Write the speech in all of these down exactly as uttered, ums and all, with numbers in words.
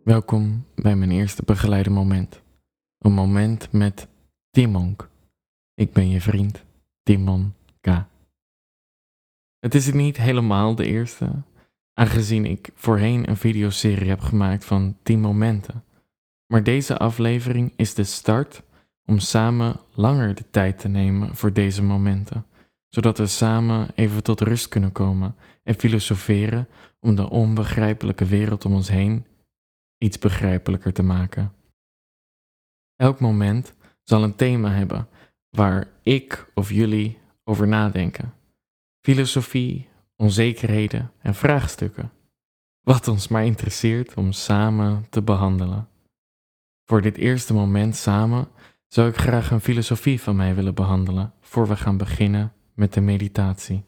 Welkom bij mijn eerste begeleide moment. Een moment met Timonk. Ik ben je vriend, Timon K. Het is niet helemaal de eerste, aangezien ik voorheen een videoserie heb gemaakt van tien momenten. Maar deze aflevering is de start om samen langer de tijd te nemen voor deze momenten, zodat we samen even tot rust kunnen komen en filosoferen om de onbegrijpelijke wereld om ons heen iets begrijpelijker te maken. Elk moment zal een thema hebben waar ik of jullie over nadenken. Filosofie, onzekerheden en vraagstukken. Wat ons maar interesseert om samen te behandelen. Voor dit eerste moment samen zou ik graag een filosofie van mij willen behandelen voor we gaan beginnen met de meditatie.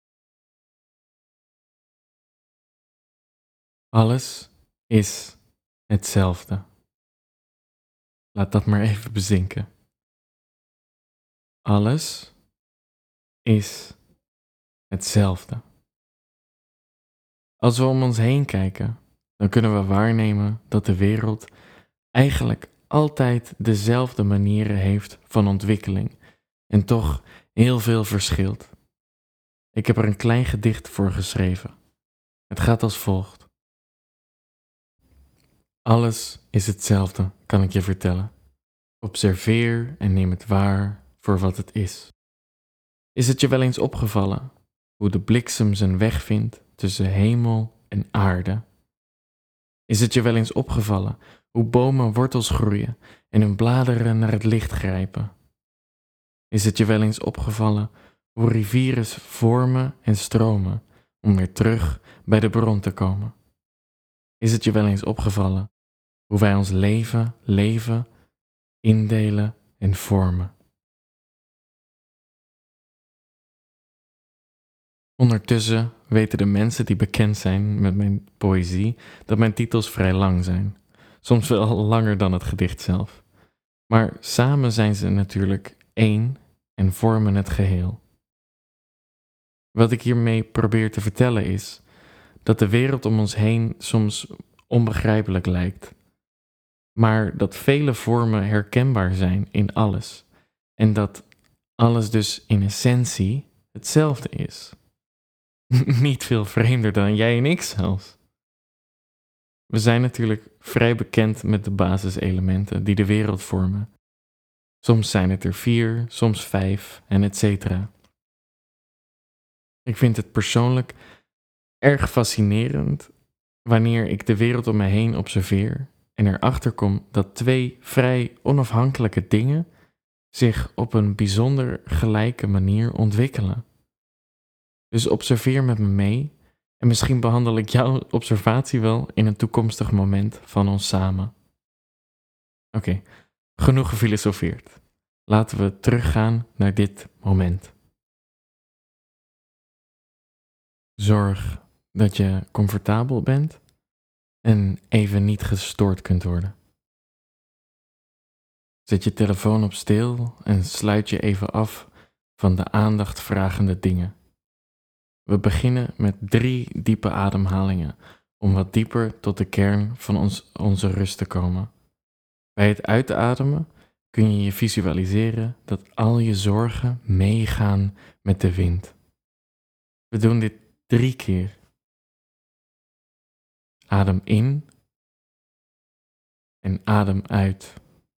Alles is hetzelfde. Laat dat maar even bezinken. Alles is hetzelfde. Als we om ons heen kijken, dan kunnen we waarnemen dat de wereld eigenlijk altijd dezelfde manieren heeft van ontwikkeling en toch heel veel verschilt. Ik heb er een klein gedicht voor geschreven. Het gaat als volgt. Alles is hetzelfde, kan ik je vertellen. Observeer en neem het waar voor wat het is. Is het je wel eens opgevallen hoe de bliksem zijn weg vindt tussen hemel en aarde? Is het je wel eens opgevallen hoe bomen wortels groeien en hun bladeren naar het licht grijpen? Is het je wel eens opgevallen hoe rivieren vormen en stromen om weer terug bij de bron te komen? Is het je wel eens opgevallen hoe wij ons leven, leven, indelen en vormen? Ondertussen weten de mensen die bekend zijn met mijn poëzie dat mijn titels vrij lang zijn. Soms wel langer dan het gedicht zelf. Maar samen zijn ze natuurlijk één en vormen het geheel. Wat ik hiermee probeer te vertellen is dat de wereld om ons heen soms onbegrijpelijk lijkt, maar dat vele vormen herkenbaar zijn in alles en dat alles dus in essentie hetzelfde is. Niet veel vreemder dan jij en ik zelfs. We zijn natuurlijk vrij bekend met de basiselementen die de wereld vormen. Soms zijn het er vier, soms vijf en et cetera. Ik vind het persoonlijk erg fascinerend wanneer ik de wereld om me heen observeer en erachter kom dat twee vrij onafhankelijke dingen zich op een bijzonder gelijke manier ontwikkelen. Dus observeer met me mee en misschien behandel ik jouw observatie wel in een toekomstig moment van ons samen. Oké, okay, genoeg gefilosofeerd. Laten we teruggaan naar dit moment. Zorg dat je comfortabel bent en even niet gestoord kunt worden. Zet je telefoon op stil en sluit je even af van de aandachtvragende dingen. We beginnen met drie diepe ademhalingen om wat dieper tot de kern van ons, onze rust te komen. Bij het uitademen kun je je visualiseren dat al je zorgen meegaan met de wind. We doen dit drie keer. Adem in en adem uit.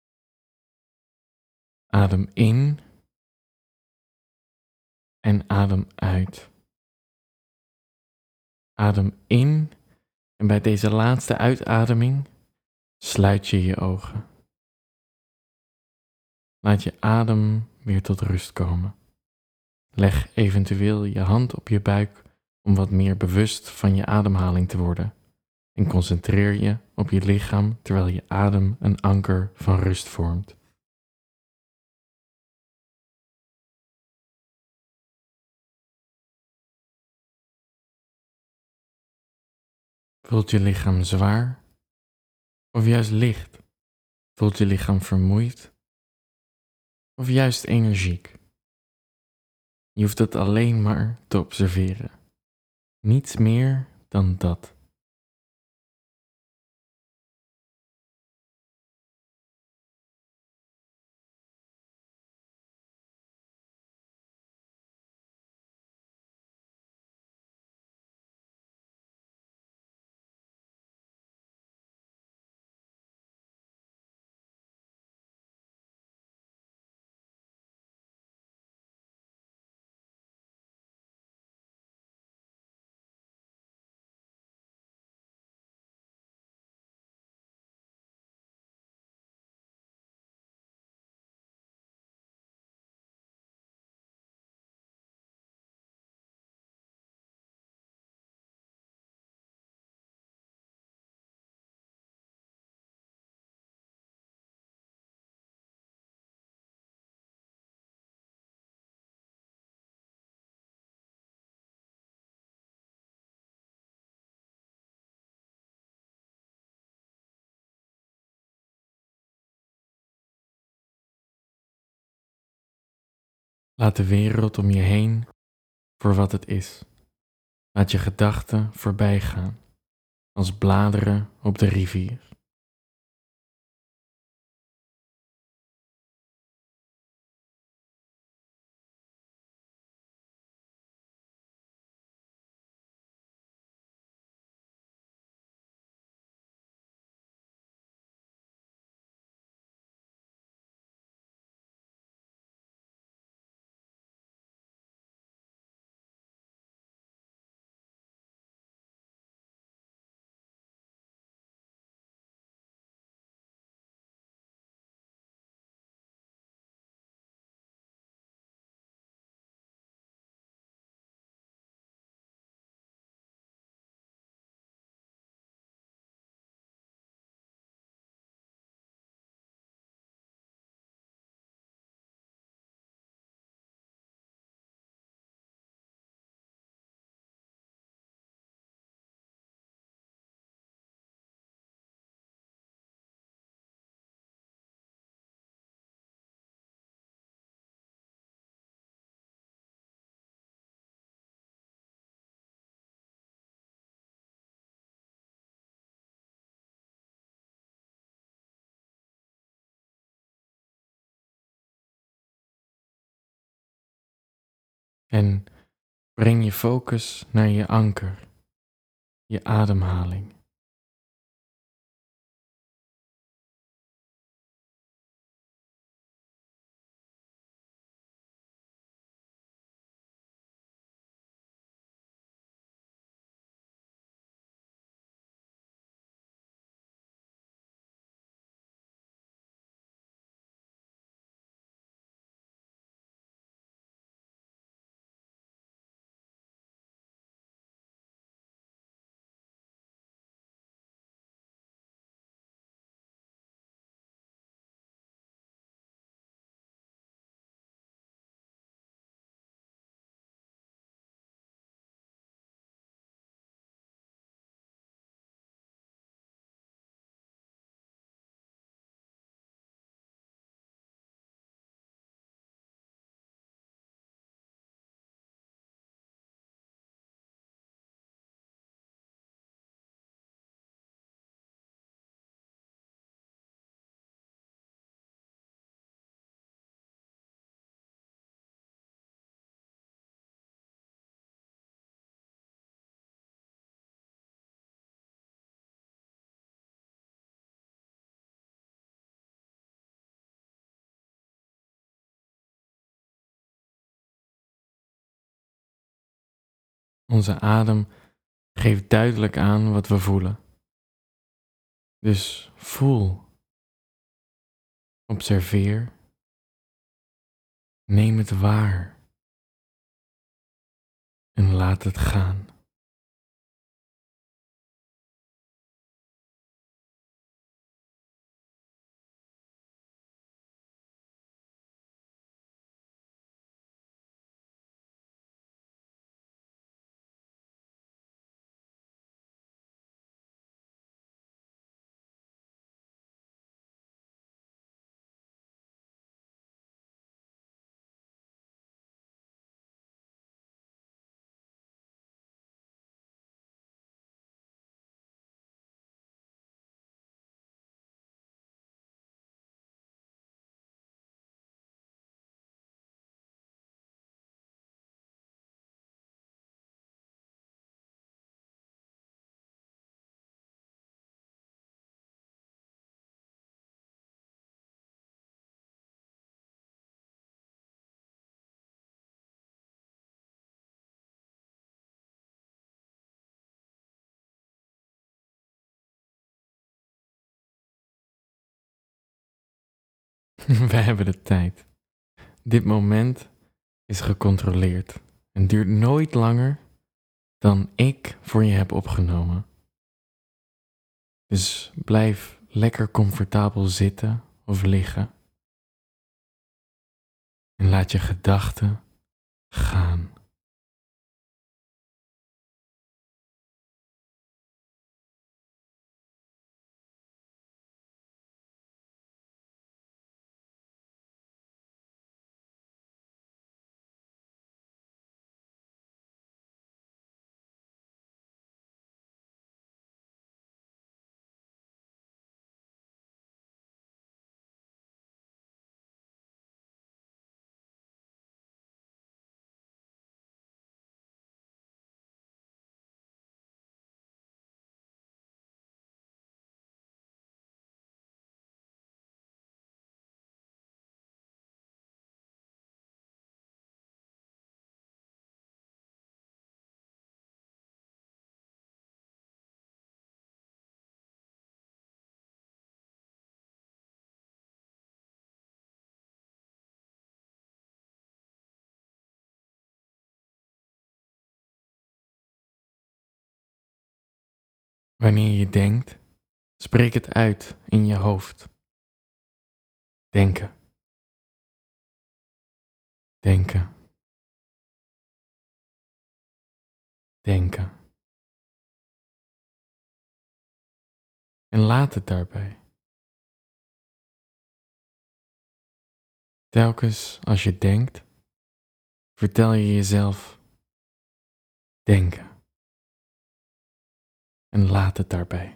Adem in en adem uit. Adem in en bij deze laatste uitademing sluit je je ogen. Laat je adem weer tot rust komen. Leg eventueel je hand op je buik om wat meer bewust van je ademhaling te worden. En concentreer je op je lichaam terwijl je adem een anker van rust vormt. Voelt je lichaam zwaar of juist licht? Voelt je lichaam vermoeid of juist energiek? Je hoeft het alleen maar te observeren. Niets meer dan dat. Laat de wereld om je heen voor wat het is. Laat je gedachten voorbij gaan, als bladeren op de rivier. En breng je focus naar je anker, je ademhaling. Onze adem geeft duidelijk aan wat we voelen. Dus voel, observeer, neem het waar en laat het gaan. We hebben de tijd. Dit moment is gecontroleerd en duurt nooit langer dan ik voor je heb opgenomen. Dus blijf lekker comfortabel zitten of liggen en laat je gedachten gaan. Wanneer je denkt, spreek het uit in je hoofd. Denken. Denken. Denken. En laat het daarbij. Telkens als je denkt, vertel je jezelf denken. En laat het daarbij.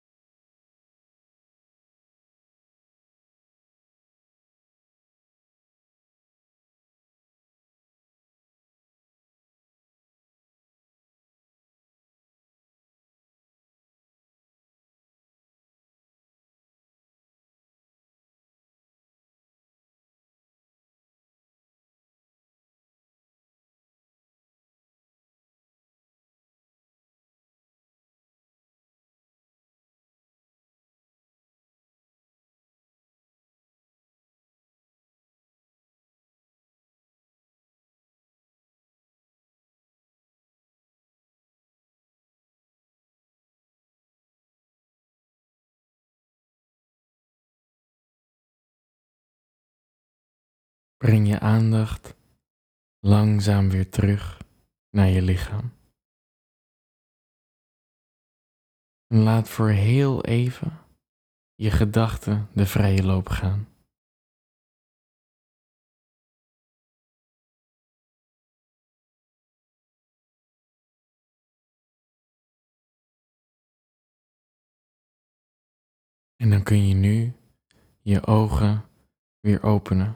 Breng je aandacht langzaam weer terug naar je lichaam. En laat voor heel even je gedachten de vrije loop gaan. En dan kun je nu je ogen weer openen.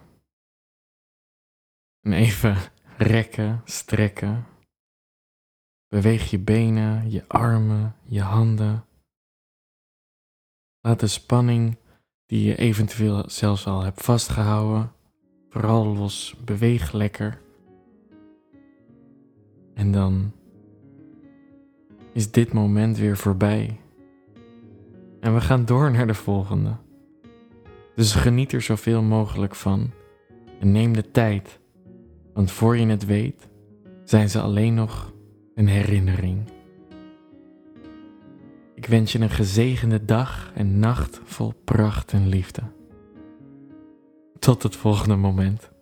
En even rekken, strekken. Beweeg je benen, je armen, je handen. Laat de spanning die je eventueel zelfs al hebt vastgehouden, vooral los, beweeg lekker. En dan is dit moment weer voorbij. En we gaan door naar de volgende. Dus geniet er zoveel mogelijk van. En neem de tijd. Want voor je het weet, zijn ze alleen nog een herinnering. Ik wens je een gezegende dag en nacht vol pracht en liefde. Tot het volgende moment.